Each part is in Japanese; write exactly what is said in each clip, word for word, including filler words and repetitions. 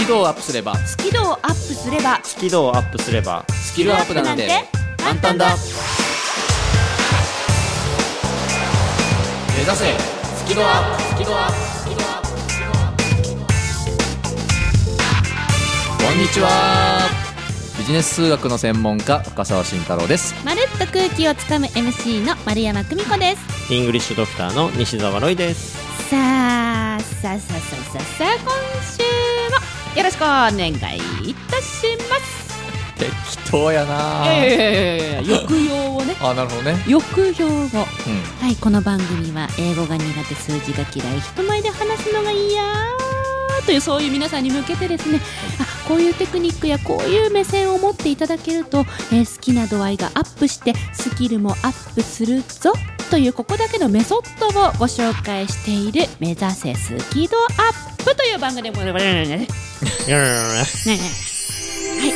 キ度をアップすればスキルをアップすればスキルをアップすればスキルアップなんて簡単だ。目指せスキルアップスキルアップスキルアップスキルアップ。こんにちは。ビジネス数学の専門家深澤慎太郎です。 まるっと空気をつかむ エムシー の丸山久美子です。 イングリッシュドクターの西澤ロイです。 さあさあさあさあさあさあ今週もよろしくお願いいたします。 適当やな。 いやいやいやいや抑揚をねあ、なるほどね。 抑揚を、うん、 はい、この番組は英語が苦手、数字が嫌い、人前で話すのが嫌という、そういう皆さんに向けてですね、あ、こういうテクニックやこういう目線を持っていただけると、えー、好きな度合いがアップしてスキルもアップするぞという、ここだけのメソッドをご紹介している目指せスキルアップという番組でもねねはい、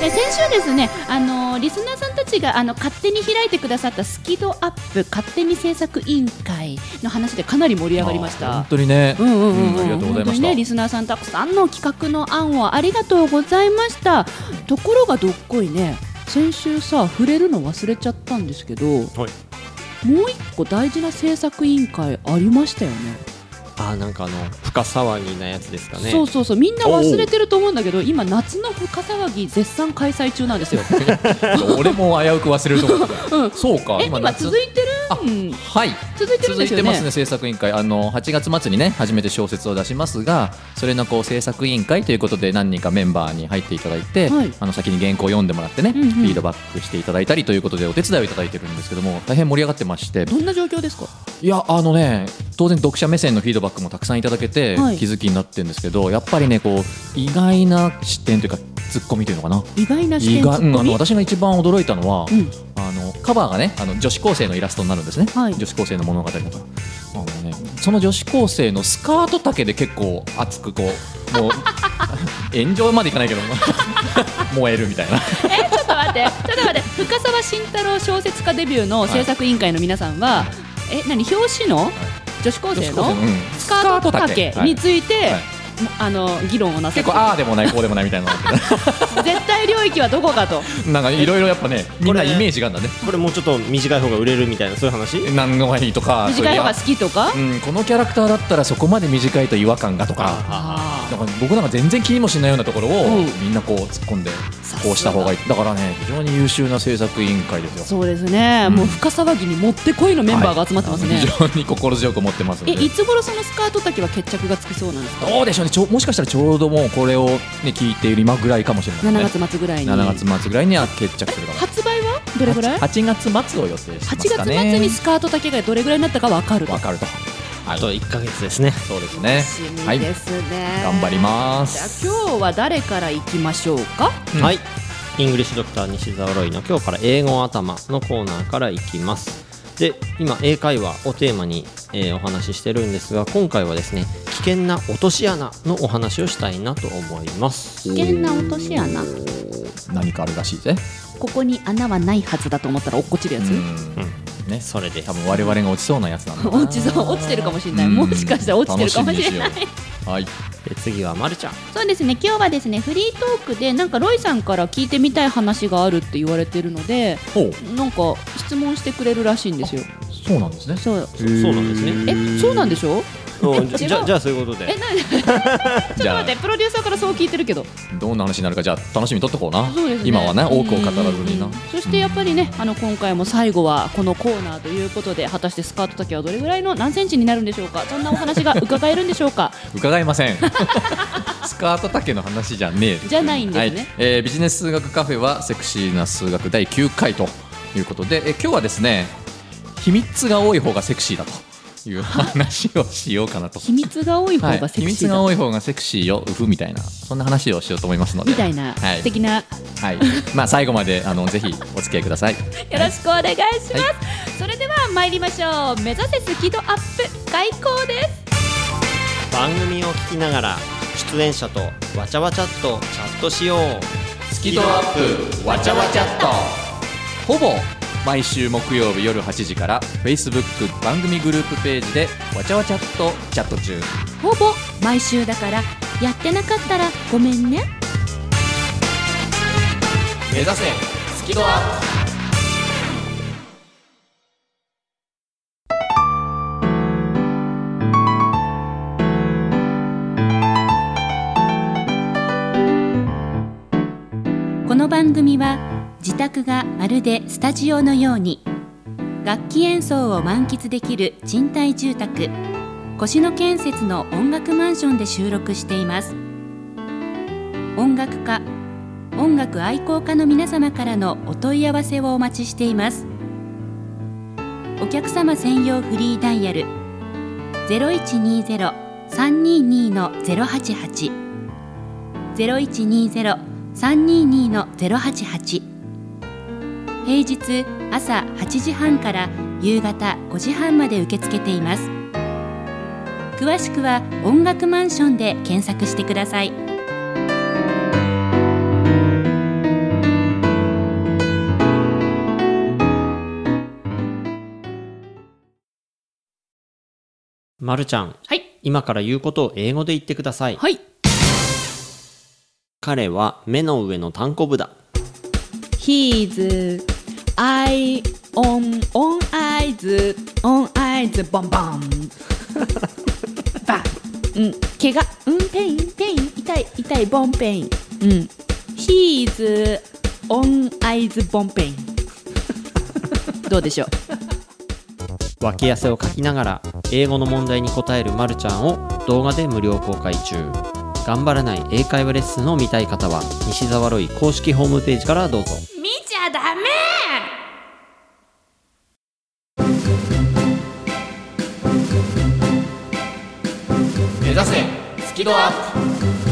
先週ですね、あのー、リスナーさんたちがあの勝手に開いてくださったスキドアップ勝手に制作委員会の話でかなり盛り上がりました。 本当にね、 うんうんうんうん、 うん、ありがとうございました、 ね、リスナーさんたくさんの企画の案をありがとうございました。ところがどっこいね、先週さ触れるの忘れちゃったんですけど、はい、もう一個大事な制作委員会ありましたよね。 あ、なんかあの深騒ぎなやつですかね。 そうそうそう、みんな忘れてると思うんだけど、今夏の深騒ぎ絶賛開催中なんですよ俺も危うく忘れると思う、うん、そうか。 え、今続いてる、うん、 はい、 続いてるんですよね。 続いてますね。制作委員会、あのはちがつ末にね初めて小説を出しますが、それのこう制作委員会ということで何人かメンバーに入っていただいて、はい、あの先に原稿を読んでもらってね、うんうん、フィードバックしていただいたりということでお手伝いをいただいてるんですけども、大変盛り上がってまして。 どんな状況ですか？ いや、あのね、当然読者目線のフィードバックもたくさんいただけて、はい、気づきになってるんですけど、やっぱりねこう意外な視点というかツッコミというのかな、 意外な視点ツッコミ、 うん、あの私が一番驚いたのは、うん、あのカバーがね、あの女子高生のイラストになるんですね、はい、女子高生の物語だから、あの、ね、その女子高生のスカート丈で結構熱くこうもう炎上までいかないけど燃えるみたいなえ、ちょっと待ってちょっと待って深澤慎太郎小説家デビューの制作委員会の皆さんは、はい、え、何、表紙の女子高生のスカート丈について、はいはい、あの議論をなさって、 結構ああでもないこうでもないみたいな絶対領域はどこかと、 なんかいろいろやっぱね、みんなイメージがあるんだね。 これもうちょっと短い方が売れるみたいな、そういう話、 何のがいいとか、 短い方が好きとか、 うん、このキャラクターだったらそこまで短いと違和感がとか、だから僕なんか全然気にもしないようなところを、うん、みんなこう突っ込んでこうした方がいい。だからね、非常に優秀な制作委員会ですよ。 そうですね、うん、もう深騒ぎにもってこいのメンバーが集まってますね、はい、 非常に心強く思ってますので。 え、いつ頃そのスカート丈は決着がつきそうなんですか？ どうでしょうね、ちょもしかしたらちょうどもうこれを、ね、聞いている今ぐらいかもしれない、ね、 しちがつ末ぐらいにしちがつ末ぐらいには決着するかも。 発売はどれぐらい？ はちがつ末を予定してますかね。 はちがつ末にスカート丈がどれぐらいになったか分かると。 分かると。 あといっかげつですね。 そうですね。 楽しみですね、 はい、頑張ります。 じゃあ今日は誰からいきましょうか？ うん、はい、イングリッシュドクター西澤ロイの今日から英語頭のコーナーからいきます。で、今英会話をテーマに、えー、お話ししてるんですが、今回はですね、危険な落とし穴のお話をしたいなと思います。 危険な落とし穴、 何かあるらしいぜ。 ここに穴はないはずだと思ったら落っこちるやつ、うん、 ね、それで多分我々が落ちそうなやつなんだな落ちそう、落ちてるかもしれない、もしかしたら落ちてるかもしれないはい、 で次はまるちゃん。 そうですね、今日はですねフリートークでなんかロイさんから聞いてみたい話があるって言われてるので、なんか質問してくれるらしいんですよ。 そうなんですね。 そう、 そうなんですね。 え、そうなんでしょじゃ, じゃあそういうことで。 え、なにちょっと待って、プロデューサーからそう聞いてるけど、 どんな話になるか、じゃあ楽しみにとっとこうな。 そうですね、 今はね多くを語らずにな。 そしてやっぱりね、あの今回も最後はこのコーナーということで、果たしてスカート丈はどれぐらいの何センチになるんでしょうか。そんなお話が伺えるんでしょうか伺えませんスカート丈の話じゃねえじゃないんですね、 はい、えー、ビジネス数学カフェはセクシーな数学だいきゅうかいということで、え今日はですね、秘密が多い方がセクシーだという話をしようかなと。 秘密が多い方がセクシーだ、はい、秘密が多い方がセクシーよ、うふみたいな、そんな話をしようと思いますので、 みたいな、はい、素敵な、 はい、まあ最後まであのぜひお付き合いくださいよろしくお願いします、はい、それでは参りましょう。目指せスキドアップ開講です。 番組を聞きながら出演者とわちゃわちゃっとチャットしよう。 スキドアップわちゃわちゃっと、ほぼ毎週木曜日夜はちじから Facebook 番組グループページでわちゃわちゃっとチャット中。 ほぼ毎週だからやってなかったらごめんね。 目指せスキドアップ。 この番組は自宅がまるでスタジオのように楽器演奏を満喫できる賃貸住宅越野建設の音楽マンションで収録しています。音楽家、音楽愛好家の皆様からのお問い合わせをお待ちしています。お客様専用フリーダイヤル ゼロいちにーゼロ さんにーにー の ゼロはちはち ゼロいちにーゼロ さんにーにー の ゼロはちはち。平日朝はちじはんから夕方ごじはんまで受け付けています。詳しくは音楽マンションで検索してください。 まるちゃん、 はい、 今から言うことを英語で言ってください。 はい。 彼は目の上のたんこぶだ。 He's eye on on eyes on eyes ボンボンバン、うん、怪我、うん、ペインペイン、痛い痛い、ボンペイン、うん、He's on eyes ボンペインどうでしょう。 脇汗をかきながら英語の問題に答えるまるちゃんを動画で無料公開中。頑張らない英会話レッスンを見たい方は西澤ロイ公式ホームページからどうぞ。 見ちゃダメ。 目指せスキドアップ。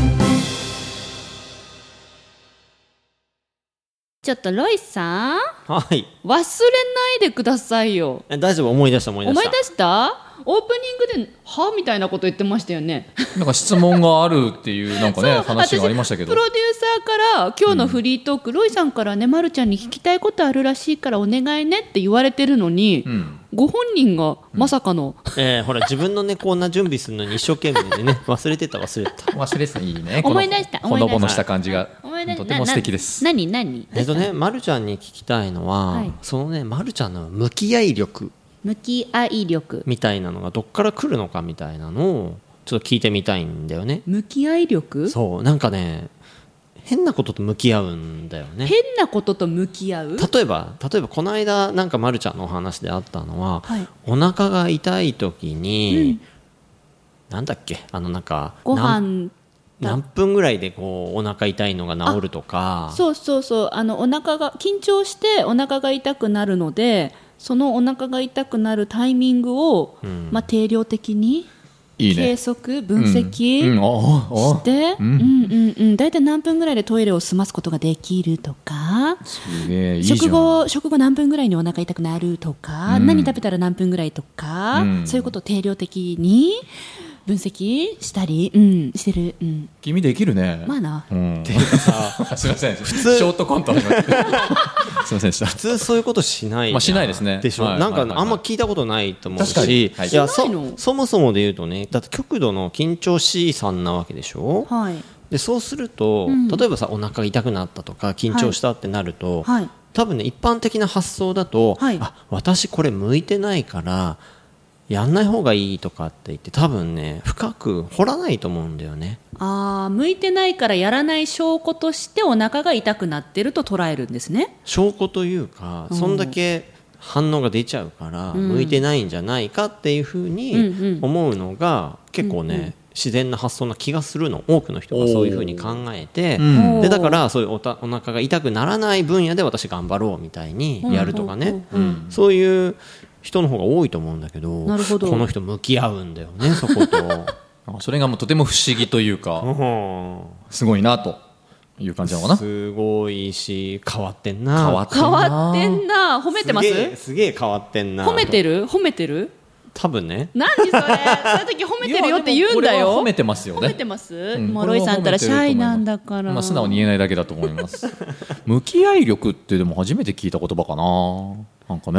ちょっとロイさん、 はい、 忘れないでくださいよ。 え大丈夫、思い出した思い出した。 思い出した？オープニングではみたいなこと言ってましたよね。 なんか質問があるっていうなんかね話がありましたけど、 プロデューサーから今日のフリートーク、うん、ロイさんからね、まるちゃんに聞きたいことあるらしいからお願いねって言われてるのに、うん、ご本人がまさかの、 うん、えー、ほら自分のねこんな準備するのに一生懸命でね忘れてた忘れてた忘れてた。いいね、 思い出した、 ほのぼのした感じがとても素敵です。 何何えっとね、まるちゃんに聞きたいのは、はい、そのねまるちゃんの向き合い力向き合い力みたいなのがどっから来るのかみたいなのをちょっと聞いてみたいんだよね。 向き合い力？ そうなんかね変なことと向き合うんだよね。 変なことと向き合う？ 例えば例えばこの間なんかまるちゃんのお話であったのは、はい、お腹が痛い時に、うん、なんだっけあのなんかご飯何分ぐらいでこうお腹痛いのが治るとか。 そうそうそう、あのお腹が緊張してお腹が痛くなるので、そのお腹が痛くなるタイミングを、うん、まあ、定量的にいい、ね、計測分析、うんうん、して、うんうんうん、だいたい何分ぐらいでトイレを済ますことができるとか、 すげえいいじゃん。 食後食後何分ぐらいにお腹痛くなるとか、うん、何食べたら何分ぐらいとか、うん、そういうことを定量的に分析したり、うん、してる、うん、 君できるね。 まあな、 うん、っていうかさすいません普通ショートコント始まってすいませんでした。普通そういうことしない、 まあ、しないですね。 でしょ、はい、なんか、はいはいはい、あんま聞いたことないと思うし、 確かに、はい、 いや そ, そもそもで言うとね、だって極度の緊張 C さんなわけでしょ、はい、でそうすると、うん、例えばさお腹痛くなったとか緊張したってなると、はいはい、多分ね一般的な発想だと、はい、あ私これ向いてないからやんない方がいいとかって言って多分ね深く掘らないと思うんだよね。 あー、向いてないからやらない証拠としてお腹が痛くなってると捉えるんですね。 証拠というか、そんだけ反応が出ちゃうから、うん、向いてないんじゃないかっていうふうに思うのが結構ね、うんうん、自然な発想な気がするの。多くの人がそういうふうに考えて、でだからそういう お, たお腹が痛くならない分野で私頑張ろうみたいにやるとかね、うん、そういう人の方が多いと思うんだけ ど, なるほど、 この人向き合うんだよねそことそれがもうとても不思議というかすごいなという感じなのかな。 すごいし変わってんな。 変わってんな。 変わってんな。褒めてます？ すげえ変わってんな。 褒めてる？褒めてる？ 多分ね。 何それそういう時褒めてるよって言うんだよ。 褒めてますよね。 褒めてます、うん、もうロイさんったらシャイなんだから、 まあ、素直に言えないだけだと思います向き合い力ってでも初めて聞いた言葉かな。なんかね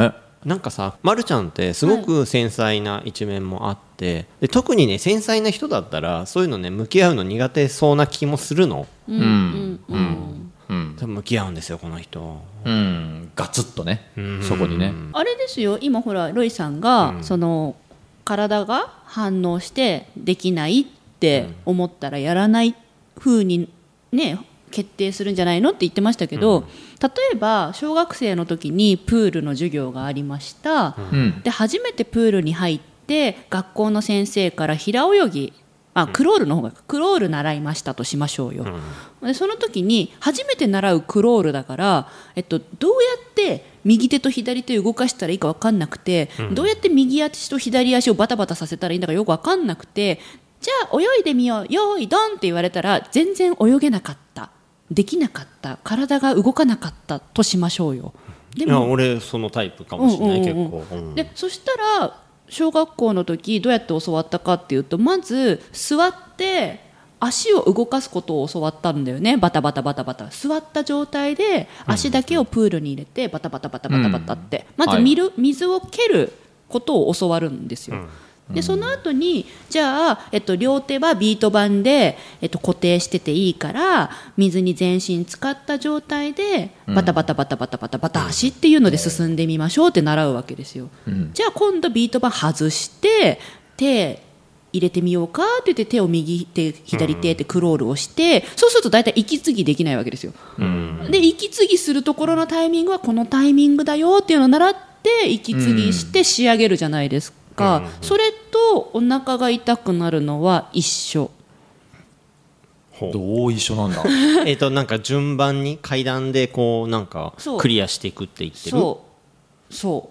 なんかさ、まるちゃんってすごく繊細な一面もあって、はい、で特にね繊細な人だったらそういうのね向き合うの苦手そうな気もするの。 うんうんうん、 うん、多分向き合うんですよこの人。 うん、ガツッとね、そこにね。 あれですよ、今ほらロイさんが、うん、その体が反応してできないって思ったらやらない風にね決定するんじゃないのって言ってましたけど、うん、例えば小学生の時にプールの授業がありました、うん、で初めてプールに入って学校の先生から平泳ぎ、あクロールの方がクロール習いましたとしましょうよ、うん、でその時に初めて習うクロールだから、えっと、どうやって右手と左手を動かしたらいいか分かんなくて、うん、どうやって右足と左足をバタバタさせたらいいんだかよく分かんなくて、じゃあ泳いでみようよーいドンって言われたら全然泳げなかった、できなかった、体が動かなかったとしましょうよ。 でもいや俺そのタイプかもしれない、うんうんうん、結構、うん、 でそしたら小学校の時どうやって教わったかっていうと、まず座って足を動かすことを教わったんだよね。バタバタバタバタ座った状態で足だけをプールに入れてバタバタバタバタバタって、うん、まず見る、はい、水を蹴ることを教わるんですよ、うんでその後にじゃあ、えっと、両手はビート板で、えっと、固定してていいから水に全身使った状態でバタバタバタバタバタバタ足っていうので進んでみましょうって習うわけですよ、うん、じゃあ今度ビート板外して手入れてみようかって言って手を右手左手ってクロールをして、うん、そうすると大体息継ぎできないわけですよ、うん、で息継ぎするところのタイミングはこのタイミングだよっていうのを習って息継ぎして仕上げるじゃないですか、うん、それとお腹が痛くなるのは一緒。 どう一緒なんだえっとなんか順番に階段でこうなんかクリアしていくって言ってる。 そうそう、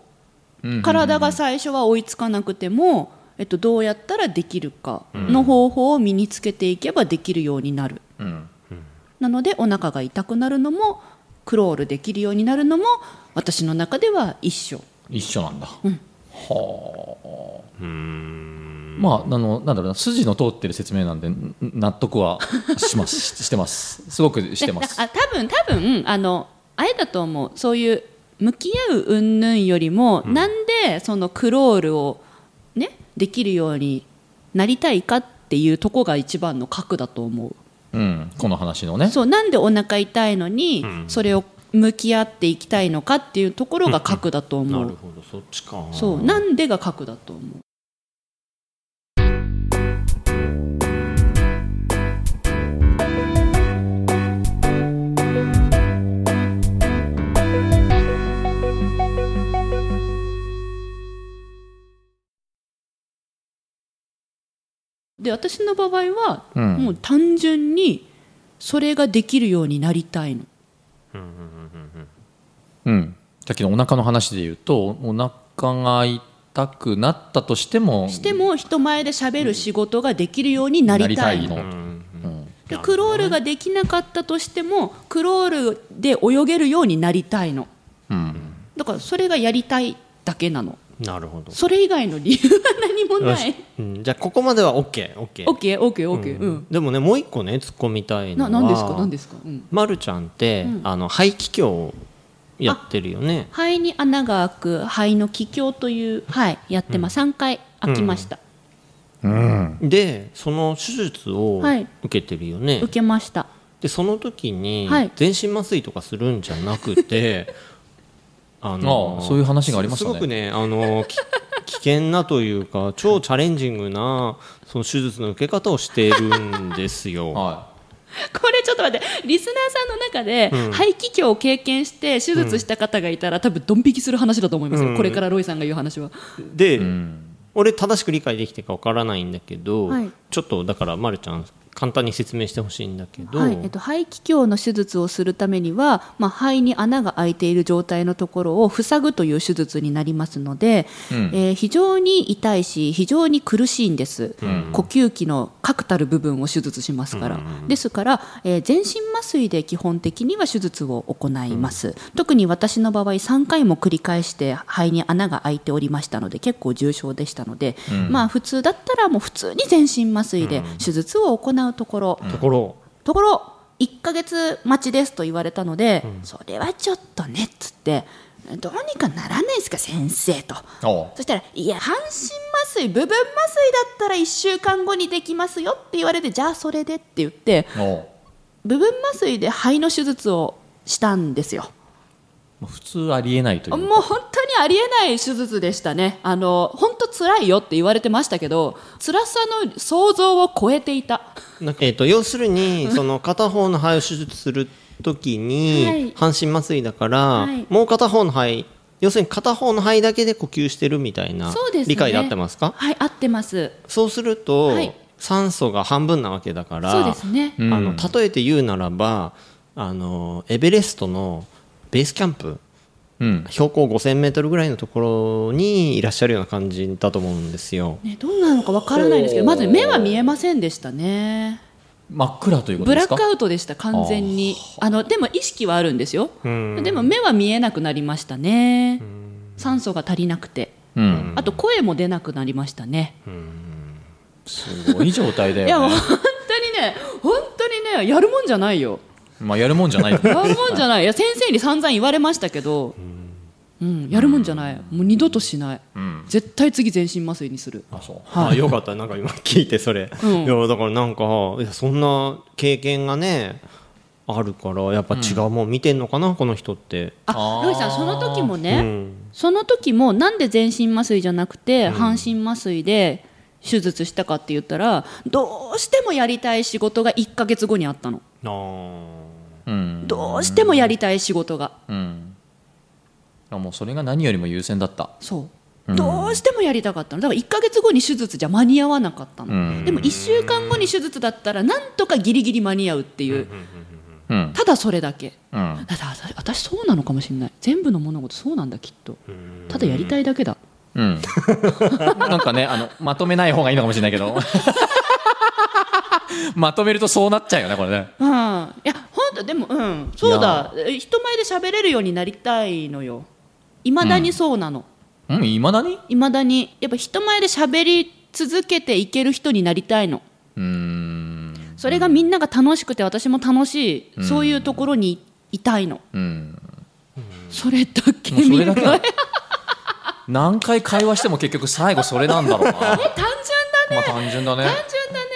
うんうんうん、体が最初は追いつかなくても、えっと、どうやったらできるかの方法を身につけていけばできるようになる、うんうん、なのでお腹が痛くなるのもクロールできるようになるのも私の中では一緒一緒なんだ、 うんはあ、うーんまああのなんだろうな、筋の通ってる説明なんで納得はしますしてますすごくしてます。 あ多分多分あのあれだと思う、そういう向き合う云々よりも、うん、なんでそのクロールをねできるようになりたいかっていうとこが一番の核だと思う、 うん、この話のね。 そうなんでお腹痛いのに、うん、それを向き合っていきたいのかっていうところが核だと思う、 うんうん、なるほどそっちか。 そうなんでが核だと思う。で私の場合は、うん、もう単純にそれができるようになりたいの。 うん、さっきのお腹の話で言うとお腹が痛くなったとしてもしても人前で喋る仕事ができるようになりたいの、うんうん、でクロールができなかったとしてもクロールで泳げるようになりたいの、うん、だからそれがやりたいだけなの。 なるほど。 それ以外の理由は何もない、 うん、じゃあここまでは OK OK OK OK OK、うん、 でもねもう一個ね突っ込みたいのはな何ですか何ですか、うん、 まるちゃんって、うん、あの肺気胸をやってるよね。 肺に穴が開く肺の気胸という、はい、やってます、うん、さんかい開きました、 うんうん、でその手術を受けてるよね、はい、 受けました。 でその時に全身麻酔とかするんじゃなくて、 はい、あのあそういう話がありましたね。 すごくねあの危険なというか超チャレンジングなその手術の受け方をしているんですよ、はいこれちょっと待ってリスナーさんの中で、うん、肺気胸を経験して手術した方がいたら、うん、多分ドン引きする話だと思いますよ、うん、これからロイさんが言う話は。 で、うん、俺正しく理解できてるかわからないんだけど、はい、ちょっとだからまるちゃん簡単に説明してほしいんだけど、 はいえっと、肺気胸の手術をするためには、まあ、肺に穴が開いている状態のところを塞ぐという手術になりますので、うんえー、非常に痛いし非常に苦しいんです、うん、呼吸器の確たる部分を手術しますから、うん、ですから、えー、全身麻酔で基本的には手術を行います、うん、特に私の場合さんかいも繰り返して肺に穴が開いておりましたので結構重症でしたので、うんまあ、普通だったらもう普通に全身麻酔で手術を行うところ、 うん、ところところいっかげつ待ちですと言われたので、うん、それはちょっとねっつってどうにかならないですか先生と。そしたらいや半身麻酔部分麻酔だったらいっしゅうかんごにできますよって言われて、じゃあそれでって言って部分麻酔で肺の手術をしたんですよ。 普通ありえないというか、 もう本当にありえない手術でしたね。あの本当辛いよって言われてましたけど、辛さの想像を超えていた。 なんかえー、と要するにその片方の肺を手術する時に、はい、半身麻酔だから、はい、もう片方の肺、要するに片方の肺だけで呼吸してるみたいな、そうですね、理解で合ってますか？ はい、合ってます。 そうすると、はい、酸素が半分なわけだから、 そうですね、 あの例えて言うならばあのエベレストのベースキャンプ、うん、標高ごせんメートルぐらいのところにいらっしゃるような感じだと思うんですよ、 ね、どんなのかわからないんですけど、まず目は見えませんでしたね。 真っ暗ということですか？ ブラックアウトでした完全に。あのでも意識はあるんですよ。でも目は見えなくなりましたね。酸素が足りなくて、あと声も出なくなりましたね。 すごい状態だよね。 いや本当にね、本当にね、やるもんじゃないよ。 まあ、やるもんじゃないやるもんじゃない。いや先生に散々言われましたけど、うん、やるもんじゃない。もう二度としない、うん、絶対次全身麻酔にする。 あ、そう、はい、あ、よかった。なんか今聞いてそれ、うん、いやだからなんかいやそんな経験がねあるからやっぱ違うもん見てんのかな、うん、この人って。 あ、ロイさんその時もね、うん、その時もなんで全身麻酔じゃなくて半身麻酔で手術したかって言ったら、どうしてもやりたい仕事がいっかげつごにあったの。あ、うん、どうしてもやりたい仕事が、うん、 もうそれが何よりも優先だった。 そう、うん、どうしてもやりたかったの。だからいっかげつごに手術じゃ間に合わなかったの、うん、でもいっしゅうかんごに手術だったらなんとかギリギリ間に合うっていう、うん、ただそれだけ、うん、だから私そうなのかもしれない。全部の物事そうなんだきっと。ただやりたいだけだ、うん、 なんかね、あのまとめない方がいいのかもしれないけどまとめるとそうなっちゃうよねこれね、 うん、いや本当でも、うん、そうだ、人前で喋れるようになりたいのよ。いまだにそうなの。 うん、いまだにいまだにやっぱ人前で喋り続けていける人になりたいの。うーん、それがみんなが楽しくて私も楽しい、うん、そういうところにいたいの、うん、それだけ。 もうそれだけ何回会話しても結局最後それなんだろうな。え、単純だね。まあ単純だね。 単純だね。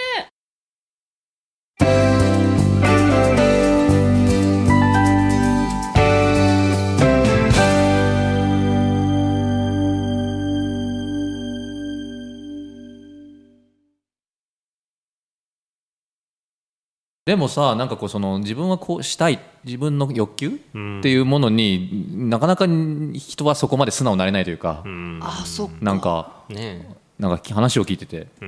でもさ、なんかこうその自分はこうしたい、自分の欲求、うん、っていうものになかなか人はそこまで素直になれないというか、うん、 あ、そっか、 なんか、ね、なんか話を聞いてて、うん、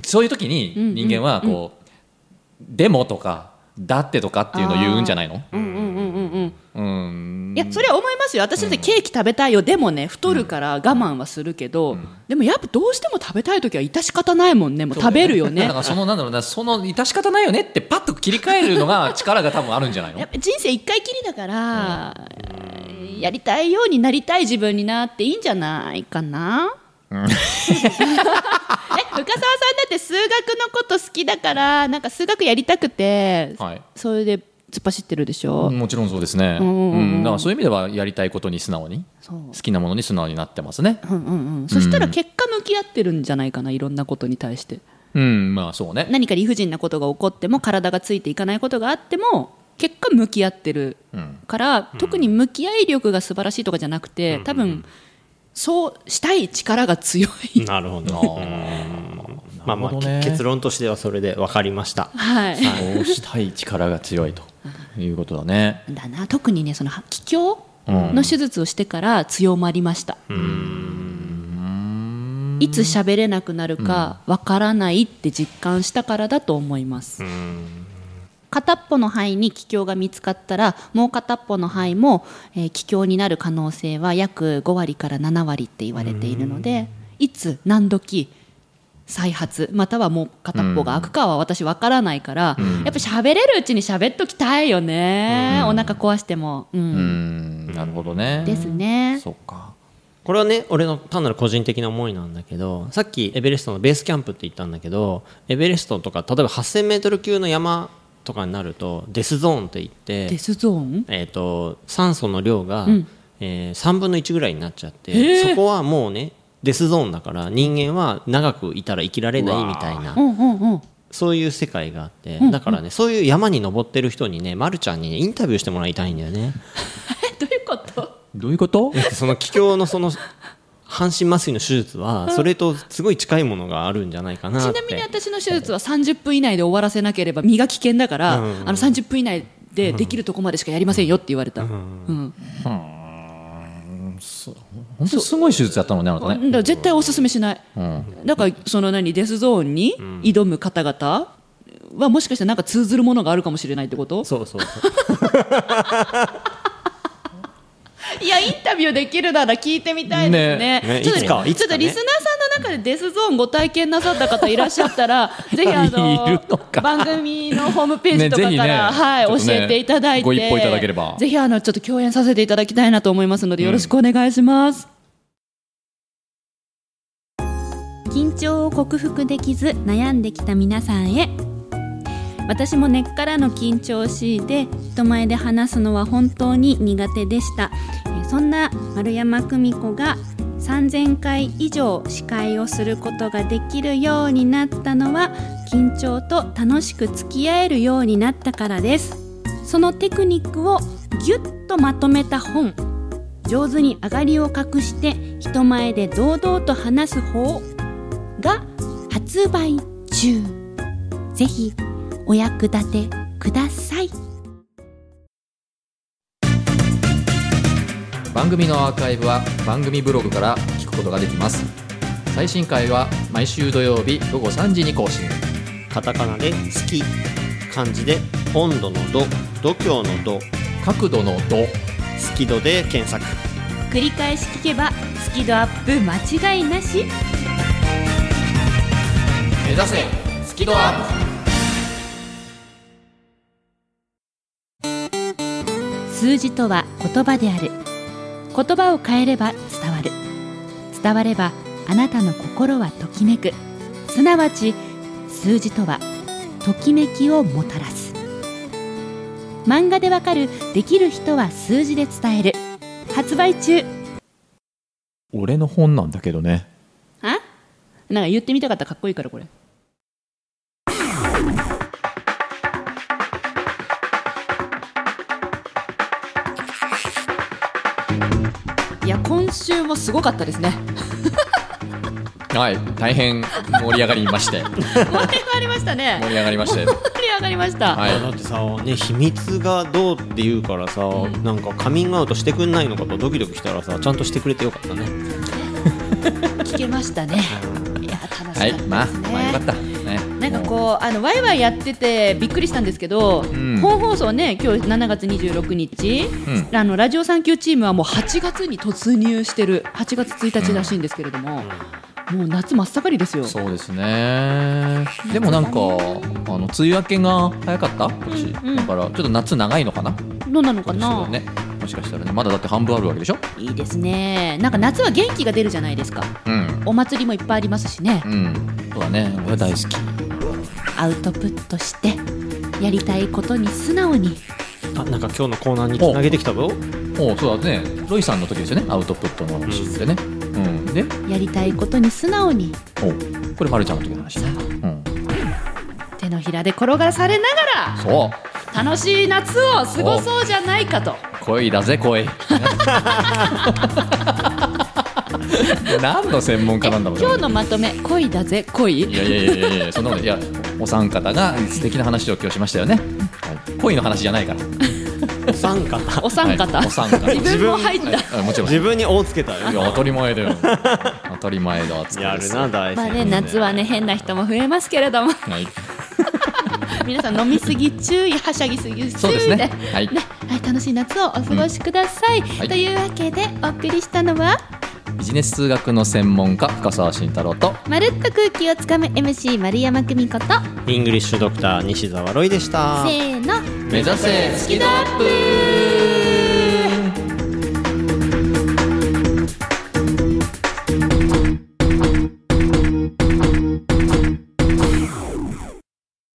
そういう時に人間はこう、うんうん、でもとかだってとかっていうのを言うんじゃないの？うんうんうんうんうん。いやそれは思いますよ。私だってケーキ食べたいよ、でもね太るから我慢はするけど、うん、でもやっぱどうしても食べたい時は致し方ないもんね。もう食べるよね。 だからそのなんだろうな、その致し方ないよねってパッと切り替えるのが力が多分あるんじゃないの？ やっぱ人生一回きりだから、うん、やりたいようになりたい自分になっていいんじゃないかな。うん、え、深澤さんだって数学のこと好きだからなんか数学やりたくて、はい、それで突っ走ってるでしょ。 もちろんそうですね、うんうんうん、だからそういう意味ではやりたいことに素直に、好きなものに素直になってますね、うんうんうん、 そしたら結果向き合ってるんじゃないかな、いろんなことに対して、 うん、まあそうね、 何か理不尽なことが起こっても体がついていかないことがあっても結果向き合ってるから、うん、特に向き合い力が素晴らしいとかじゃなくて、多分そうしたい力が強い。 なるほど。まあまあ結論としてはそれで分かりました。 はい。 そうしたい力が強いということだね。 だな。特にね、その気胸の手術をしてから強まりました。うーん、いつ喋れなくなるか分からないって実感したからだと思います。うーん、片っぽの肺に気胸が見つかったらもう片っぽの肺も、えー、気胸になる可能性は約ごわりからななわりって言われているので、いつ何時再発またはもう片っぽが開くかは私分からないから、やっぱ喋れるうちに喋っときたいよね、お腹壊しても、うん、うん、なるほどね。 ですね。 そっか。 これはね、俺の単なる個人的な思いなんだけど、さっきエベレストのベースキャンプって言ったんだけど、エベレストとか例えばはっせんメートル級の山とかになるとデスゾーンって言って、 デスゾーン、 えーと、酸素の量が、うん、 えー、さんぶんのいちぐらいになっちゃって、そこはもうねデスゾーンだから人間は長くいたら生きられないみたいな、そういう世界があって、だからねそういう山に登ってる人にね、まるちゃんにねインタビューしてもらいたいんだよね。 どういうことどういうこと？ その気境のその半身麻酔の手術はそれとすごい近いものがあるんじゃないかなって。 ちなみに私の手術はさんじゅっぷん以内で終わらせなければ身が危険だから、うん、あのさんじゅっぷん以内でできるとこまでしかやりませんよって言われた。うんうんうん、 本当にすごい手術やったのね、あなたね。だから絶対おすすめしない、うん、だからその何デスゾーンに挑む方々はもしかしたらなんか通ずるものがあるかもしれないってこと？ そうそうそういやインタビューできるなら聞いてみたいですね。 ねねちょっと、 いつかいつかね、 ちょっとリスナーさんの中でデスゾーンご体験なさった方いらっしゃったらぜひあの番組のホームページとかから、ねねはい、教えていただいて、 ご一報いただければぜひあのちょっと共演させていただきたいなと思いますのでよろしくお願いします、うん、緊張を克服できず悩んできた皆さんへ、私も根っからの緊張しいで人前で話すのは本当に苦手でした。そんな丸山久美子がさんぜんかい以上司会をすることができるようになったのは緊張と楽しく付き合えるようになったからです。そのテクニックをギュッとまとめた本、上手に上がりを隠して人前で堂々と話す方が発売中。ぜひお役立てください。 番組のアーカイブは番組ブログから聞くことができます。最新回は毎週土曜日午後さんじに更新。 カタカナで好き、漢字で温度の度、度胸の度、 角度の度、 好き度で検索。 繰り返し聞けばスキドアップ間違いなし。 目指せスキドアップ。数字とは言葉である。言葉を変えれば伝わる。伝わればあなたの心はときめく。すなわち数字とはときめきをもたらす。漫画でわかるできる人は数字で伝える。発売中。 俺の本なんだけどね。 あ？なんか言ってみたかったらかっこいいからこれ。いや今週もすごかったですねはい、大変盛り上がりまして盛り上がりましたね盛り上がりまして盛り上がりました、 はい、だってさ、ね、秘密がどうって言うからさ、うん、なんかカミングアウトしてくんないのかとドキドキしたらさ、ちゃんとしてくれてよかったね聞けましたねいや楽しかったですね、はい、まあ、まあよかったね。なんかこうあのワイワイやっててびっくりしたんですけど、うん、本放送ね今日しちがつにじゅうろくにち、うん、あのラジオサンキューチームはもうはちがつに突入してるはちがつついたちらしいんですけれども、うん、もう夏真っ盛りですよ。 そうですね。でもなんかあの梅雨明けが早かった今年、うんうん、だからちょっと夏長いのかな。 どうなのかな、 ね、もしかしたらね、まだだって半分あるわけでしょ。 いいですね。なんか夏は元気が出るじゃないですか、うん、お祭りもいっぱいありますしね、うん、 そうだね、俺は大好き。 アウトプットしてやりたいことに素直に。 あ、なんか今日のコーナーにつなげてきたぞ。 おお、そうだね、ロイさんの時ですよね、アウトプットの話でね、うんうん、でやりたいことに素直に。 お、これまるちゃんの時の話ね、うん、 手のひらで転がされながらそう楽しい夏を過ごそうじゃないかと。 恋だぜ恋何の専門家なんだろう。 今日のまとめ、恋だぜ恋。 いやいやいやいや、そんなこと、いや、お三方が素敵な話を今日しましたよね、はい、恋の話じゃないからお三方お三方、はい、お三方自分も入った、 はい、もちろん自分に大つけたよ。 いや当たり前だよ当たり前だ。 やるな大事、まあね、夏はね変な人も増えますけれども、はい皆さん飲みすぎ注意、はしゃぎすぎ注意で、そうですね、はいね、はい、楽しい夏をお過ごしください、うんはい、というわけでお送りしたのはビジネス数学の専門家深澤慎太郎とまるっと空気をつかむ エムシー 丸山久美子とイングリッシュドクター西澤ロイでした。 せーの、 目指せスキドアップ。